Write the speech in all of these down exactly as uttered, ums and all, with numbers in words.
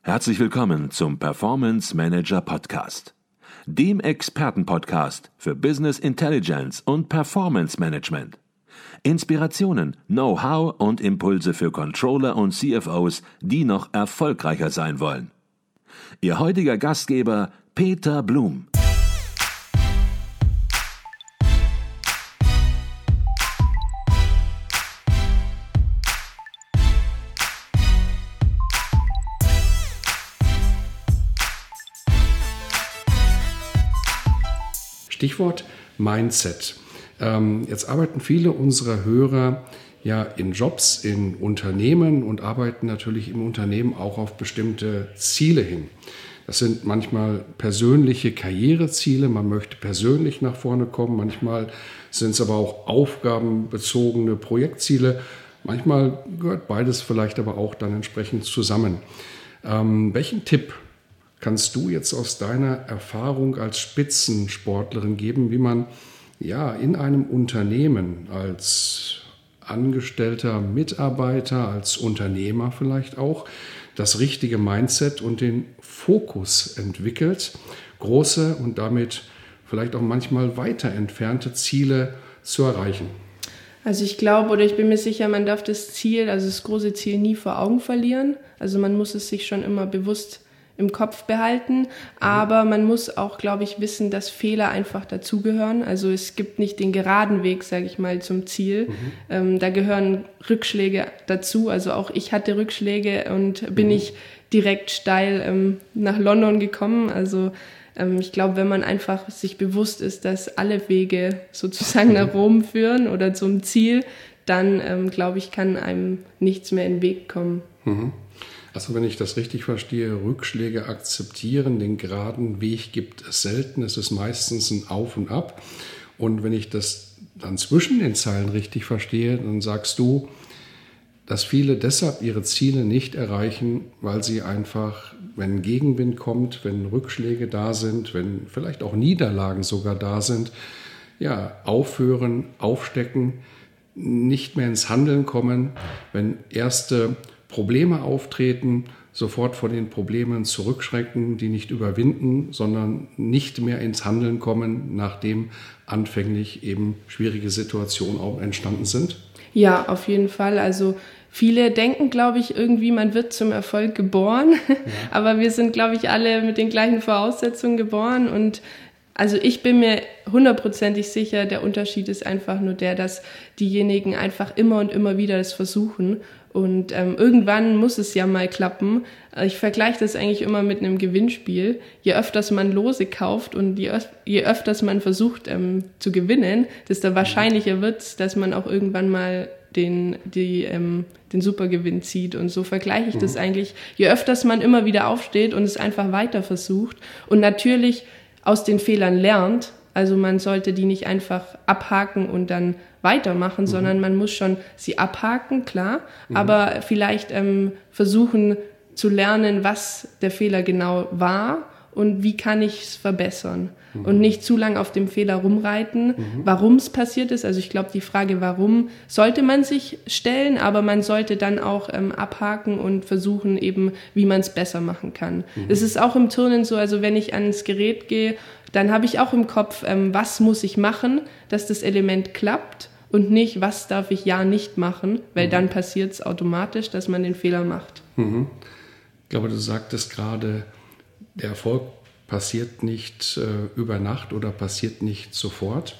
Herzlich willkommen zum Performance Manager Podcast, dem Expertenpodcast für Business Intelligence und Performance Management. Inspirationen, Know-how und Impulse für Controller und C F Os, die noch erfolgreicher sein wollen. Ihr heutiger Gastgeber Peter Blum. Stichwort Mindset. Ähm, jetzt arbeiten viele unserer Hörer ja in Jobs, in Unternehmen und arbeiten natürlich im Unternehmen auch auf bestimmte Ziele hin. Das sind manchmal persönliche Karriereziele, man möchte persönlich nach vorne kommen, manchmal sind es aber auch aufgabenbezogene Projektziele, manchmal gehört beides vielleicht aber auch dann entsprechend zusammen. Ähm, welchen Tipp kannst du jetzt aus deiner Erfahrung als Spitzensportlerin geben, wie man ja in einem Unternehmen als angestellter Mitarbeiter, als Unternehmer vielleicht auch, das richtige Mindset und den Fokus entwickelt, große und damit vielleicht auch manchmal weiter entfernte Ziele zu erreichen? Also ich glaube oder ich bin mir sicher, man darf das Ziel, also das große Ziel nie vor Augen verlieren. Also man muss es sich schon immer bewusst im Kopf behalten, aber man muss auch, glaube ich, wissen, dass Fehler einfach dazugehören. Also es gibt nicht den geraden Weg, sage ich mal, zum Ziel. Mhm. Ähm, da gehören Rückschläge dazu. Also auch ich hatte Rückschläge und bin mhm. nicht direkt steil ähm, nach London gekommen. Also ähm, ich glaube, wenn man einfach sich bewusst ist, dass alle Wege sozusagen mhm. nach Rom führen oder zum Ziel, dann, ähm, glaube ich, kann einem nichts mehr in den Weg kommen. Mhm. Also wenn ich das richtig verstehe, Rückschläge akzeptieren, den geraden Weg gibt es selten, es ist meistens ein Auf und Ab. Und wenn ich das dann zwischen den Zeilen richtig verstehe, dann sagst du, dass viele deshalb ihre Ziele nicht erreichen, weil sie einfach, wenn Gegenwind kommt, wenn Rückschläge da sind, wenn vielleicht auch Niederlagen sogar da sind, ja, aufhören, aufstecken, nicht mehr ins Handeln kommen, wenn erste Probleme auftreten, sofort vor den Problemen zurückschrecken, die nicht überwinden, sondern nicht mehr ins Handeln kommen, nachdem anfänglich eben schwierige Situationen auch entstanden sind? Ja, auf jeden Fall. Also viele denken, glaube ich, irgendwie, man wird zum Erfolg geboren, ja. Aber wir sind, glaube ich, alle mit den gleichen Voraussetzungen geboren und also ich bin mir hundertprozentig sicher, der Unterschied ist einfach nur der, dass diejenigen einfach immer und immer wieder das versuchen und ähm, irgendwann muss es ja mal klappen. Ich vergleiche das eigentlich immer mit einem Gewinnspiel. Je öfters man Lose kauft und je, öf- je öfters man versucht ähm, zu gewinnen, desto wahrscheinlicher wird es, dass man auch irgendwann mal den, die, ähm, den Supergewinn zieht. Und so vergleiche ich mhm. das eigentlich. Je öfters man immer wieder aufsteht und es einfach weiter versucht und natürlich aus den Fehlern lernt. Also man sollte die nicht einfach abhaken und dann weitermachen, mhm. sondern man muss schon sie abhaken, klar, mhm. aber vielleicht ähm, versuchen zu lernen, was der Fehler genau war und wie kann ich es verbessern. Mhm. Und nicht zu lange auf dem Fehler rumreiten, mhm. warum es passiert ist. Also ich glaube, die Frage, warum, sollte man sich stellen, aber man sollte dann auch ähm, abhaken und versuchen eben, wie man es besser machen kann. Es mhm. ist auch im Turnen so, also wenn ich ans Gerät gehe, dann habe ich auch im Kopf, ähm, was muss ich machen, dass das Element klappt und nicht, was darf ich ja nicht machen, weil mhm. dann passiert es automatisch, dass man den Fehler macht. Mhm. Ich glaube, du sagtest gerade, der Erfolg passiert nicht äh, über Nacht oder passiert nicht sofort.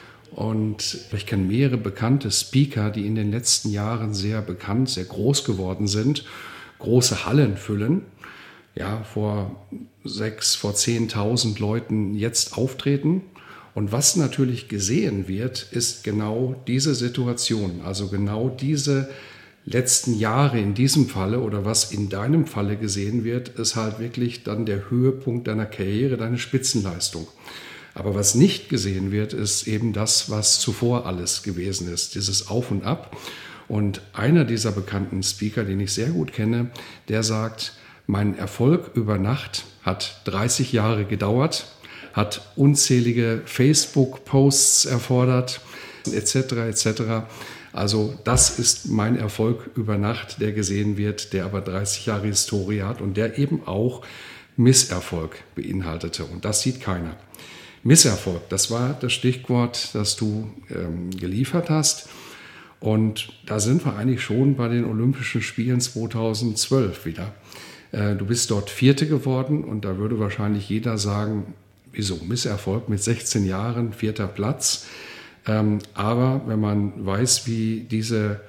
Und ich kenne mehrere bekannte Speaker, die in den letzten Jahren sehr bekannt, sehr groß geworden sind, große Hallen füllen, ja, vor sechs, vor zehntausend Leuten jetzt auftreten. Und was natürlich gesehen wird, ist genau diese Situation, also genau diese letzten Jahre in diesem Falle oder was in deinem Falle gesehen wird, ist halt wirklich dann der Höhepunkt deiner Karriere, deine Spitzenleistung. Aber was nicht gesehen wird, ist eben das, was zuvor alles gewesen ist, dieses Auf und Ab. Und einer dieser bekannten Speaker, den ich sehr gut kenne, der sagt, mein Erfolg über Nacht hat dreißig Jahre gedauert, hat unzählige Facebook-Posts erfordert, et cetera et cetera. Also das ist mein Erfolg über Nacht, der gesehen wird, der aber dreißig Jahre Historie hat und der eben auch Misserfolg beinhaltete. Und das sieht keiner. Misserfolg, das war das Stichwort, das du ähm, geliefert hast. Und da sind wir eigentlich schon bei den Olympischen Spielen zweitausendzwölf wieder. Äh, du bist dort Vierte geworden und da würde wahrscheinlich jeder sagen, wieso Misserfolg mit sechzehn Jahren, vierter Platz. Ähm, aber wenn man weiß, wie, diese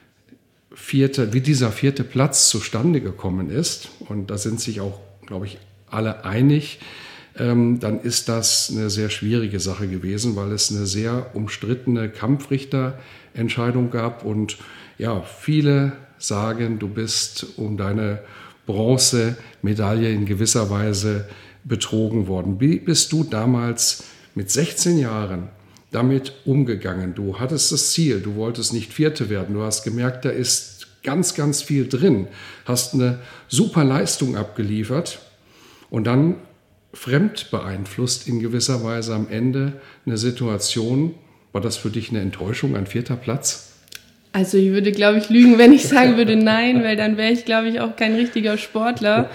vierte, wie dieser vierte Platz zustande gekommen ist, und da sind sich auch, glaube ich, alle einig, ähm, dann ist das eine sehr schwierige Sache gewesen, weil es eine sehr umstrittene Kampfrichterentscheidung gab. Und ja, viele sagen, du bist um deine Bronzemedaille in gewisser Weise betrogen worden. Wie bist du damals mit sechzehn Jahren damit umgegangen? Du hattest das Ziel, du wolltest nicht Vierte werden, du hast gemerkt, da ist ganz, ganz viel drin, hast eine super Leistung abgeliefert und dann fremd beeinflusst in gewisser Weise am Ende eine Situation. War das für dich eine Enttäuschung, ein vierter Platz? Also ich würde, glaube ich, lügen, wenn ich sagen würde nein, weil dann wäre ich, glaube ich, auch kein richtiger Sportler.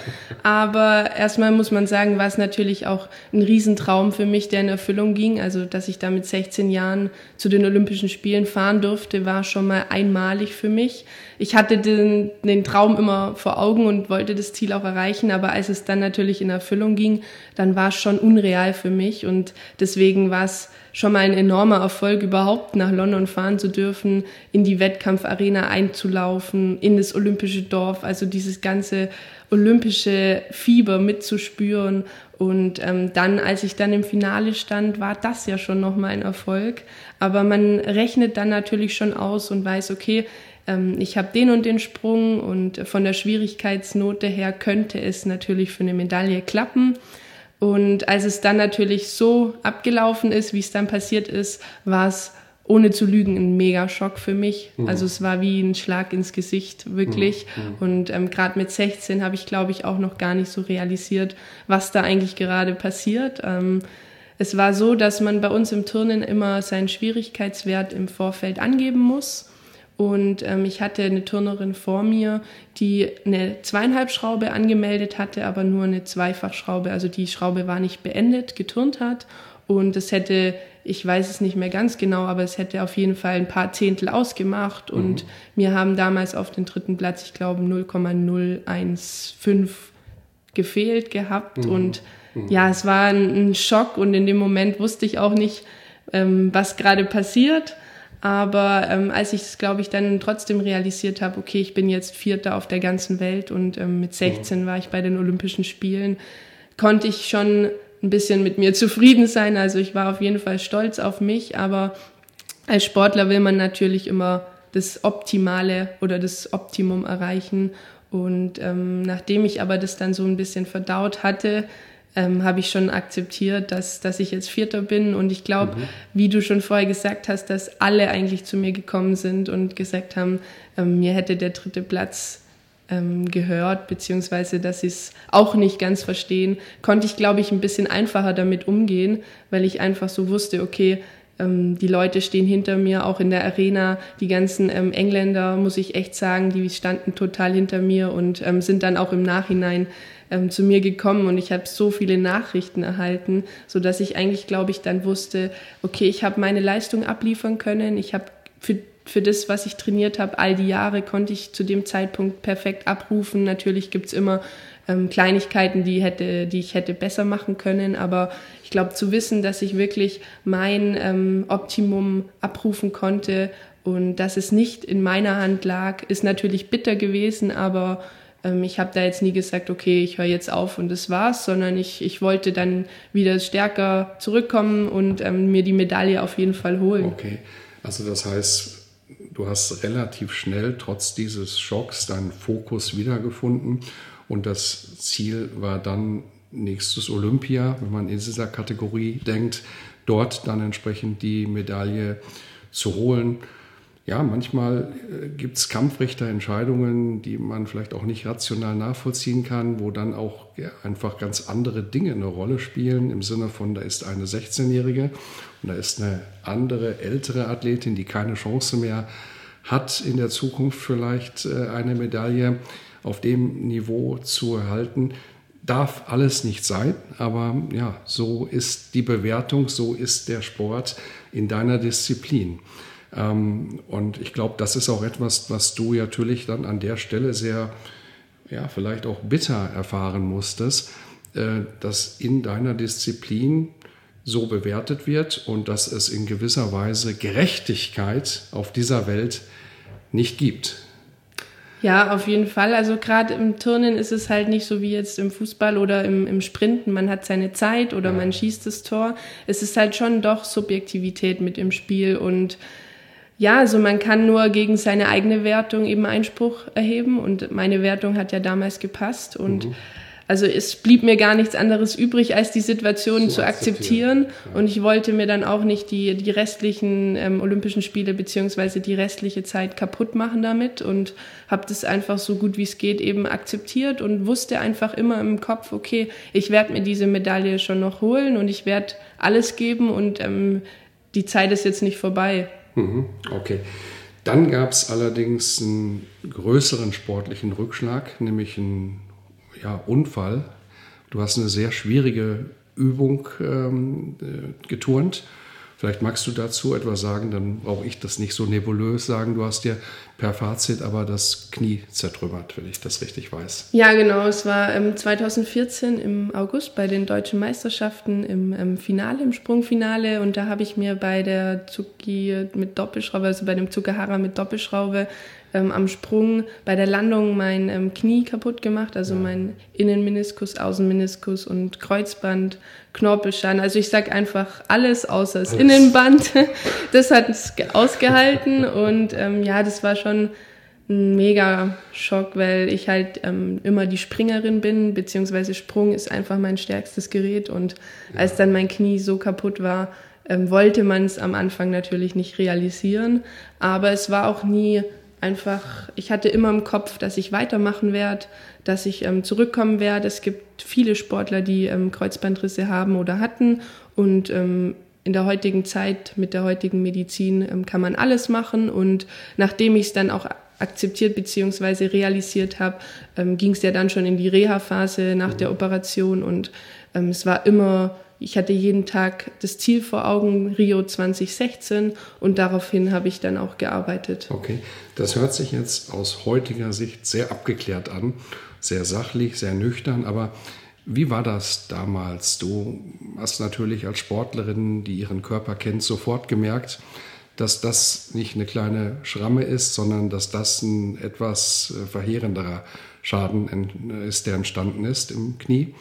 Aber erstmal muss man sagen, war es natürlich auch ein Riesentraum für mich, der in Erfüllung ging. Also dass ich da mit sechzehn Jahren zu den Olympischen Spielen fahren durfte, war schon mal einmalig für mich. Ich hatte den, den Traum immer vor Augen und wollte das Ziel auch erreichen, aber als es dann natürlich in Erfüllung ging, dann war es schon unreal für mich und deswegen war es schon mal ein enormer Erfolg, überhaupt nach London fahren zu dürfen, in die Wettkampfarena einzulaufen, in das olympische Dorf, also dieses ganze olympische Fieber mitzuspüren. Und ähm, dann, als ich dann im Finale stand, war das ja schon nochmal ein Erfolg. Aber man rechnet dann natürlich schon aus und weiß, okay, ähm, ich habe den und den Sprung und von der Schwierigkeitsnote her könnte es natürlich für eine Medaille klappen. Und als es dann natürlich so abgelaufen ist, wie es dann passiert ist, war es ohne zu lügen ein Mega-Schock für mich. Mhm. Also es war wie ein Schlag ins Gesicht, wirklich. Mhm. Und ähm, gerade mit sechzehn habe ich, glaube ich, auch noch gar nicht so realisiert, was da eigentlich gerade passiert. Ähm, es war so, dass man bei uns im Turnen immer seinen Schwierigkeitswert im Vorfeld angeben muss. Und ähm, ich hatte eine Turnerin vor mir, die eine zweieinhalb Schraube angemeldet hatte, aber nur eine Zweifachschraube. Also die Schraube war nicht beendet, geturnt hat. Und es hätte, ich weiß es nicht mehr ganz genau, aber es hätte auf jeden Fall ein paar Zehntel ausgemacht. Mhm. Und mir haben damals auf den dritten Platz, ich glaube, null Komma null eins fünf gefehlt gehabt. Mhm. Und mhm. ja, es war ein, ein Schock. Und in dem Moment wusste ich auch nicht, ähm, was gerade passiert. Aber ähm, als ich es, glaube ich, dann trotzdem realisiert habe, okay, ich bin jetzt Vierter auf der ganzen Welt und ähm, mit sechzehn war ich bei den Olympischen Spielen, konnte ich schon ein bisschen mit mir zufrieden sein. Also ich war auf jeden Fall stolz auf mich, aber als Sportler will man natürlich immer das Optimale oder das Optimum erreichen. Und ähm, nachdem ich aber das dann so ein bisschen verdaut hatte, Ähm, habe ich schon akzeptiert, dass, dass ich jetzt Vierter bin. Und ich glaube, mhm. wie du schon vorher gesagt hast, dass alle eigentlich zu mir gekommen sind und gesagt haben, ähm, mir hätte der dritte Platz ähm, gehört, beziehungsweise dass sie es auch nicht ganz verstehen, konnte ich, glaube ich, ein bisschen einfacher damit umgehen, weil ich einfach so wusste, okay, ähm, die Leute stehen hinter mir, auch in der Arena. Die ganzen ähm, Engländer, muss ich echt sagen, die standen total hinter mir und ähm, sind dann auch im Nachhinein ähm, zu mir gekommen und ich habe so viele Nachrichten erhalten, so dass ich eigentlich, glaube ich, dann wusste, okay, ich habe meine Leistung abliefern können, ich habe für für das, was ich trainiert habe, all die Jahre konnte ich zu dem Zeitpunkt perfekt abrufen. Natürlich gibt's immer ähm, Kleinigkeiten, die hätte, die ich hätte besser machen können, aber ich glaube, zu wissen, dass ich wirklich mein ähm, Optimum abrufen konnte und dass es nicht in meiner Hand lag, ist natürlich bitter gewesen, aber ähm, ich habe da jetzt nie gesagt, okay, ich höre jetzt auf und das war's, sondern ich, ich wollte dann wieder stärker zurückkommen und ähm, mir die Medaille auf jeden Fall holen. Okay, also das heißt, du hast relativ schnell trotz dieses Schocks deinen Fokus wiedergefunden und das Ziel war dann nächstes Olympia, wenn man in dieser Kategorie denkt, dort dann entsprechend die Medaille zu holen. ja, manchmal äh, gibt es Kampfrichterentscheidungen, die man vielleicht auch nicht rational nachvollziehen kann, wo dann auch ja, einfach ganz andere Dinge eine Rolle spielen, im Sinne von, da ist eine sechzehnjährige und da ist eine andere, ältere Athletin, die keine Chance mehr hat, in der Zukunft vielleicht äh, eine Medaille auf dem Niveau zu erhalten. Darf alles nicht sein, aber ja, so ist die Bewertung, so ist der Sport in deiner Disziplin. Ähm, und ich glaube, das ist auch etwas, was du natürlich dann an der Stelle sehr, ja, vielleicht auch bitter erfahren musstest, äh, dass in deiner Disziplin so bewertet wird und dass es in gewisser Weise Gerechtigkeit auf dieser Welt nicht gibt. Ja, auf jeden Fall. Also gerade im Turnen ist es halt nicht so wie jetzt im Fußball oder im, im Sprinten. Man hat seine Zeit oder ja. man schießt das Tor. Es ist halt schon doch Subjektivität mit im Spiel und ja, also man kann nur gegen seine eigene Wertung eben Einspruch erheben und meine Wertung hat ja damals gepasst und mhm. also es blieb mir gar nichts anderes übrig, als die Situation so zu akzeptieren, akzeptieren. Ja. Und ich wollte mir dann auch nicht die, die restlichen ähm, Olympischen Spiele beziehungsweise die restliche Zeit kaputt machen damit und habe das einfach so gut wie es geht eben akzeptiert und wusste einfach immer im Kopf, okay, ich werde mir diese Medaille schon noch holen und ich werde alles geben und ähm, die Zeit ist jetzt nicht vorbei. Okay. Dann gab es allerdings einen größeren sportlichen Rückschlag, nämlich einen ja, Unfall. Du hast eine sehr schwierige Übung ähm, geturnt. Vielleicht magst du dazu etwas sagen, dann brauche ich das nicht so nebulös sagen. Du hast dir per Fazit aber das Knie zertrümmert, wenn ich das richtig weiß. Ja, genau. Es war ähm, zwanzig vierzehn im August bei den Deutschen Meisterschaften im ähm, Finale, im Sprungfinale. Und da habe ich mir bei der Tsuki mit Doppelschraube, also bei dem Tsukahara mit Doppelschraube, ähm, am Sprung bei der Landung mein ähm, Knie kaputt gemacht, also ja. mein Innenmeniskus, Außenmeniskus und Kreuzband, Knorpelschaden. Also ich sag einfach alles außer das alles. Innenband. Das hat es ausgehalten und ähm, ja, das war schon ein mega Schock, weil ich halt ähm, immer die Springerin bin, beziehungsweise Sprung ist einfach mein stärkstes Gerät und ja. als dann mein Knie so kaputt war, ähm, wollte man es am Anfang natürlich nicht realisieren, aber es war auch nie einfach, ich hatte immer im Kopf, dass ich weitermachen werde, dass ich ähm, zurückkommen werde. Es gibt viele Sportler, die ähm, Kreuzbandrisse haben oder hatten und ähm, in der heutigen Zeit, mit der heutigen Medizin ähm, kann man alles machen und nachdem ich es dann auch akzeptiert bzw. realisiert habe, ähm, ging es ja dann schon in die Reha-Phase nach der Operation und ähm, es war immer, ich hatte jeden Tag das Ziel vor Augen, Rio zwanzig sechzehn und daraufhin habe ich dann auch gearbeitet. Okay, das hört sich jetzt aus heutiger Sicht sehr abgeklärt an, sehr sachlich, sehr nüchtern, aber wie war das damals? Du hast natürlich als Sportlerin, die ihren Körper kennt, sofort gemerkt, dass das nicht eine kleine Schramme ist, sondern dass das ein etwas verheerenderer Schaden ist, der entstanden ist im Knie.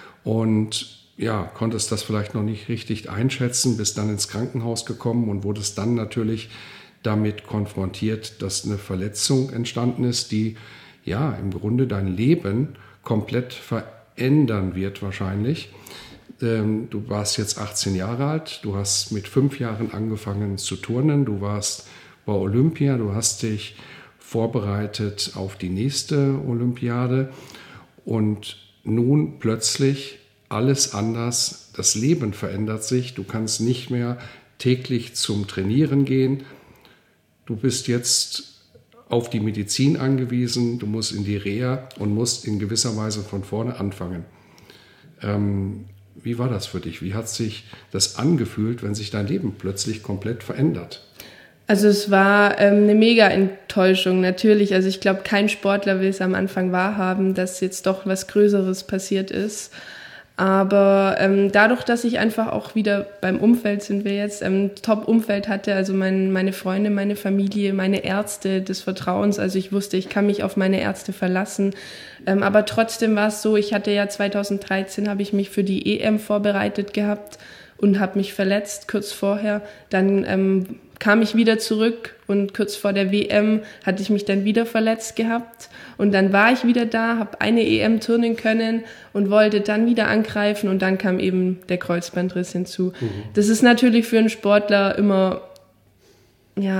Und ja, konntest das vielleicht noch nicht richtig einschätzen, bist dann ins Krankenhaus gekommen und wurdest dann natürlich damit konfrontiert, dass eine Verletzung entstanden ist, die ja im Grunde dein Leben komplett verändern wird wahrscheinlich. Ähm, du warst jetzt achtzehn Jahre alt, du hast mit fünf Jahren angefangen zu turnen, du warst bei Olympia, du hast dich vorbereitet auf die nächste Olympiade und nun plötzlich alles anders, das Leben verändert sich, du kannst nicht mehr täglich zum Trainieren gehen, du bist jetzt auf die Medizin angewiesen, du musst in die Reha und musst in gewisser Weise von vorne anfangen. Ähm, wie war das für dich? Wie hat sich das angefühlt, wenn sich dein Leben plötzlich komplett verändert? Also es war ähm, eine mega Enttäuschung, natürlich. Also ich glaube, kein Sportler will es am Anfang wahrhaben, dass jetzt doch was Größeres passiert ist. Aber ähm, dadurch, dass ich einfach auch wieder beim Umfeld sind wir jetzt, ähm, Top-Umfeld hatte, also mein, meine Freunde, meine Familie, meine Ärzte des Vertrauens, also ich wusste, ich kann mich auf meine Ärzte verlassen. Ähm, aber trotzdem war es so, ich hatte ja zwanzig dreizehn, habe ich mich für die E M vorbereitet gehabt und habe mich verletzt kurz vorher. Dann ähm, kam ich wieder zurück und kurz vor der W M hatte ich mich dann wieder verletzt gehabt und dann war ich wieder da, habe eine E M turnen können und wollte dann wieder angreifen und dann kam eben der Kreuzbandriss hinzu. Mhm. Das ist natürlich für einen Sportler immer ja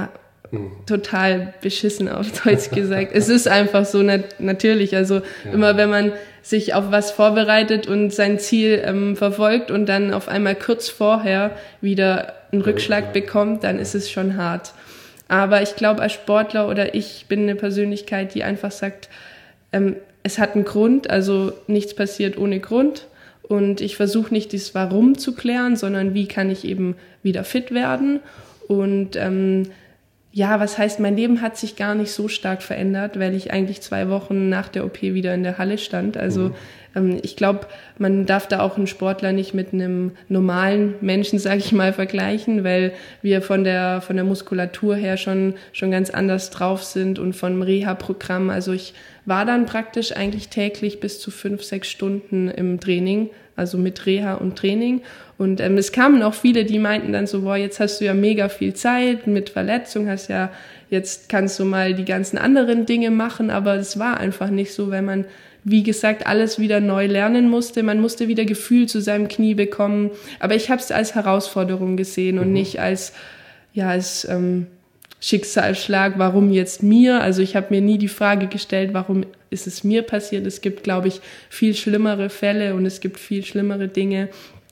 mhm. total beschissen auf Deutsch gesagt. Es ist einfach so nat- natürlich. Also ja. immer wenn man sich auf was vorbereitet und sein Ziel ähm, verfolgt und dann auf einmal kurz vorher wieder einen Rückschlag ja. bekommt, dann ist es schon hart. Aber ich glaube, als Sportler oder ich bin eine Persönlichkeit, die einfach sagt, ähm, es hat einen Grund, also nichts passiert ohne Grund. Und ich versuche nicht, das Warum zu klären, sondern wie kann ich eben wieder fit werden. Und ähm, ja, was heißt, mein Leben hat sich gar nicht so stark verändert, weil ich eigentlich zwei Wochen nach der O P wieder in der Halle stand. Also mhm. ähm, ich glaube, man darf da auch einen Sportler nicht mit einem normalen Menschen, sage ich mal, vergleichen, weil wir von der von der Muskulatur her schon schon ganz anders drauf sind und vom Reha-Programm. Also ich war dann praktisch eigentlich täglich bis zu fünf, sechs Stunden im Training, also mit Reha und Training. Und ähm, es kamen auch viele, die meinten dann so, boah, jetzt hast du ja mega viel Zeit mit Verletzung, hast ja, jetzt kannst du mal die ganzen anderen Dinge machen, aber es war einfach nicht so, weil man, wie gesagt, alles wieder neu lernen musste. Man musste wieder Gefühl zu seinem Knie bekommen. Aber ich habe es als Herausforderung gesehen und mhm. nicht als, ja, als ähm, Schicksalsschlag, warum jetzt mir? Also ich habe mir nie die Frage gestellt, warum ist es mir passiert? Es gibt, glaube ich, viel schlimmere Fälle und es gibt viel schlimmere Dinge.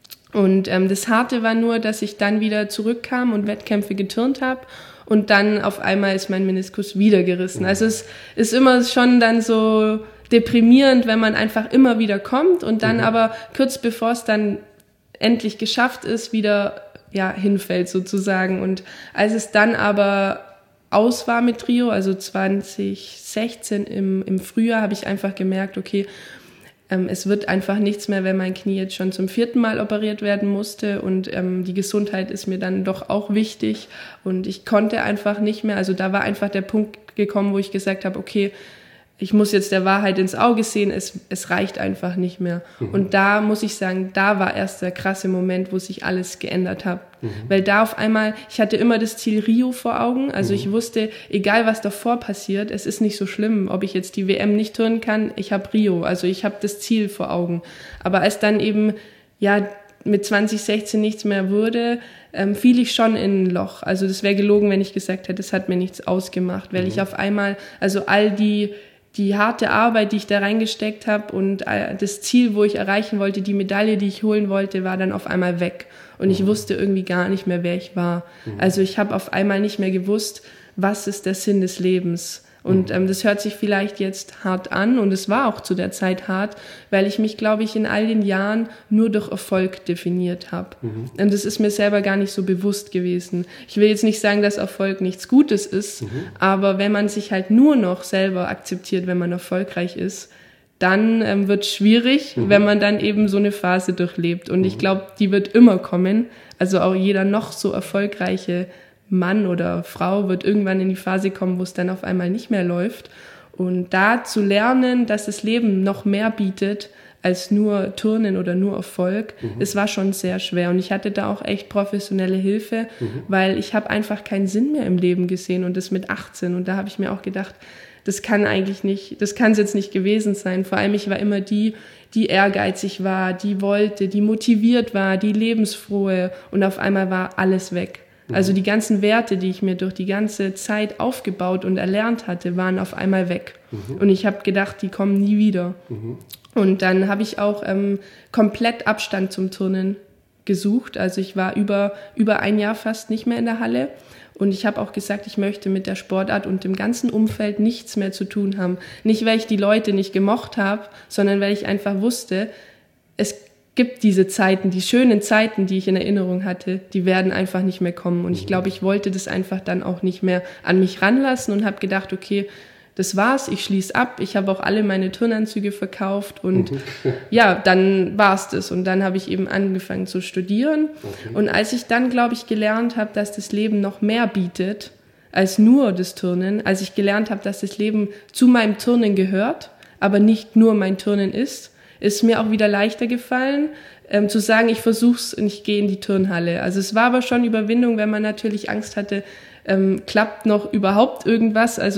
Und ähm, das Harte war nur, dass ich dann wieder zurückkam und Wettkämpfe geturnt habe und dann auf einmal ist mein Meniskus wieder gerissen. Also es ist immer schon dann so deprimierend, wenn man einfach immer wieder kommt und dann mhm. aber kurz bevor es dann endlich geschafft ist, wieder ja hinfällt sozusagen. Und als es dann aber aus war mit Rio, also zwanzig sechzehn im, im Frühjahr, habe ich einfach gemerkt, okay, ähm, es wird einfach nichts mehr, wenn mein Knie jetzt schon zum vierten Mal operiert werden musste und ähm, die Gesundheit ist mir dann doch auch wichtig und ich konnte einfach nicht mehr, also da war einfach der Punkt gekommen, wo ich gesagt habe, okay, ich muss jetzt der Wahrheit ins Auge sehen, es, es reicht einfach nicht mehr. Mhm. Und da muss ich sagen, da war erst der krasse Moment, wo sich alles geändert hat. Mhm. Weil da auf einmal, ich hatte immer das Ziel Rio vor Augen, also mhm. ich wusste, egal was davor passiert, es ist nicht so schlimm, ob ich jetzt die W M nicht turnen kann, ich habe Rio, also ich habe das Ziel vor Augen. Aber als dann eben, ja, mit zwanzig sechzehn nichts mehr wurde, ähm, fiel ich schon in ein Loch. Also das wäre gelogen, wenn ich gesagt hätte, das hat mir nichts ausgemacht, weil mhm. ich auf einmal, also all die die harte Arbeit, die ich da reingesteckt habe und das Ziel, wo ich erreichen wollte, die Medaille, die ich holen wollte, war dann auf einmal weg. Und ich wusste irgendwie gar nicht mehr, wer ich war. Also ich habe auf einmal nicht mehr gewusst, was ist der Sinn des Lebens. Und ähm, das hört sich vielleicht jetzt hart an und es war auch zu der Zeit hart, weil ich mich, glaube ich, in all den Jahren nur durch Erfolg definiert habe. Mhm. Und das ist mir selber gar nicht so bewusst gewesen. Ich will jetzt nicht sagen, dass Erfolg nichts Gutes ist, mhm. aber wenn man sich halt nur noch selber akzeptiert, wenn man erfolgreich ist, dann ähm, wird es schwierig, mhm. wenn man dann eben so eine Phase durchlebt. Und mhm. ich glaube, die wird immer kommen. Also auch jeder noch so erfolgreiche Mann oder Frau wird irgendwann in die Phase kommen, wo es dann auf einmal nicht mehr läuft. Und da zu lernen, dass das Leben noch mehr bietet als nur Turnen oder nur Erfolg, mhm. es war schon sehr schwer. Und ich hatte da auch echt professionelle Hilfe, mhm. weil ich habe einfach keinen Sinn mehr im Leben gesehen und das mit achtzehn. Und da habe ich mir auch gedacht, das kann eigentlich nicht, das kann es jetzt nicht gewesen sein. Vor allem, ich war immer die, die ehrgeizig war, die wollte, die motiviert war, die lebensfrohe. Und auf einmal war alles weg. Also die ganzen Werte, die ich mir durch die ganze Zeit aufgebaut und erlernt hatte, waren auf einmal weg. Mhm. Und ich habe gedacht, die kommen nie wieder. Mhm. Und dann habe ich auch ähm, komplett Abstand zum Turnen gesucht. Also ich war über, über ein Jahr fast nicht mehr in der Halle. Und ich habe auch gesagt, ich möchte mit der Sportart und dem ganzen Umfeld nichts mehr zu tun haben. Nicht, weil ich die Leute nicht gemocht habe, sondern weil ich einfach wusste, es gibt diese Zeiten, die schönen Zeiten, die ich in Erinnerung hatte, die werden einfach nicht mehr kommen. Und ich glaube, ich wollte das einfach dann auch nicht mehr an mich ranlassen und habe gedacht, okay, das war's, ich schließe ab. Ich habe auch alle meine Turnanzüge verkauft und ja, dann war's das. Und dann habe ich eben angefangen zu studieren. Okay. Und als ich dann, glaube ich, gelernt habe, dass das Leben noch mehr bietet als nur das Turnen, als ich gelernt habe, dass das Leben zu meinem Turnen gehört, aber nicht nur mein Turnen ist, ist mir auch wieder leichter gefallen, ähm, zu sagen, ich versuch's und ich gehe in die Turnhalle. Also es war aber schon Überwindung, wenn man natürlich Angst hatte, ähm, klappt noch überhaupt irgendwas. Also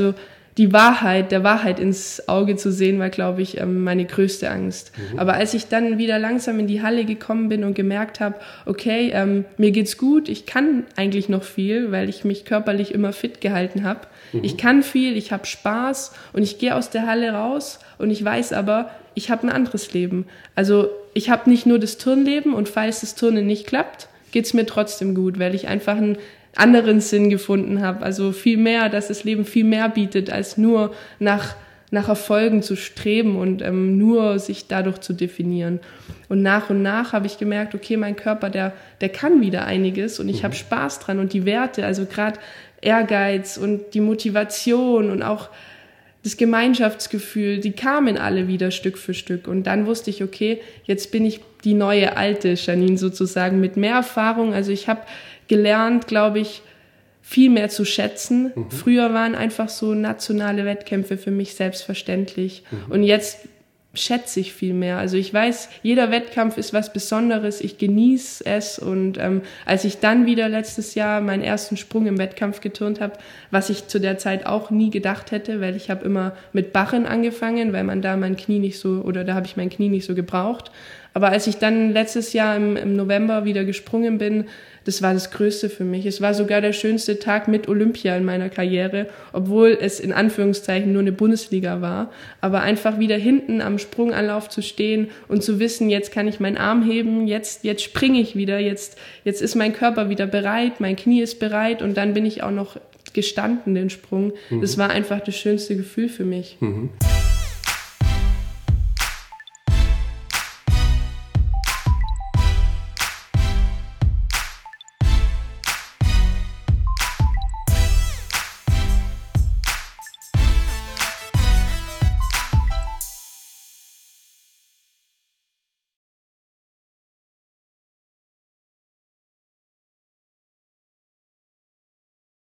die Wahrheit, der Wahrheit ins Auge zu sehen, war, glaube ich, meine größte Angst. Mhm. Aber als ich dann wieder langsam in die Halle gekommen bin und gemerkt habe, okay, ähm, mir geht's gut, ich kann eigentlich noch viel, weil ich mich körperlich immer fit gehalten habe. Mhm. Ich kann viel, ich habe Spaß und ich gehe aus der Halle raus und ich weiß aber, ich habe ein anderes Leben. Also ich habe nicht nur das Turnleben und falls das Turnen nicht klappt, geht's mir trotzdem gut, weil ich einfach ein anderen Sinn gefunden habe, also viel mehr, dass das Leben viel mehr bietet, als nur nach, nach Erfolgen zu streben und ähm, nur sich dadurch zu definieren. Und nach und nach habe ich gemerkt, okay, mein Körper, der, der kann wieder einiges und ich mhm. habe Spaß dran und die Werte, also gerade Ehrgeiz und die Motivation und auch das Gemeinschaftsgefühl, die kamen alle wieder Stück für Stück. Und dann wusste ich, okay, jetzt bin ich die neue alte Janine sozusagen mit mehr Erfahrung. Also ich habe gelernt, glaube ich, viel mehr zu schätzen. Mhm. Früher waren einfach so nationale Wettkämpfe für mich selbstverständlich. Mhm. Und jetzt schätze ich viel mehr. Also ich weiß, jeder Wettkampf ist was Besonderes. Ich genieße es. Und ähm, als ich dann wieder letztes Jahr meinen ersten Sprung im Wettkampf geturnt habe, was ich zu der Zeit auch nie gedacht hätte, weil ich habe immer mit Barren angefangen, weil man da mein Knie nicht so, oder da habe ich mein Knie nicht so gebraucht. Aber als ich dann letztes Jahr im, im November wieder gesprungen bin, das war das Größte für mich. Es war sogar der schönste Tag mit Olympia in meiner Karriere, obwohl es in Anführungszeichen nur eine Bundesliga war. Aber einfach wieder hinten am Sprunganlauf zu stehen und zu wissen, jetzt kann ich meinen Arm heben, jetzt, jetzt springe ich wieder, jetzt, jetzt ist mein Körper wieder bereit, mein Knie ist bereit und dann bin ich auch noch gestanden, den Sprung. Mhm. Das war einfach das schönste Gefühl für mich. Mhm.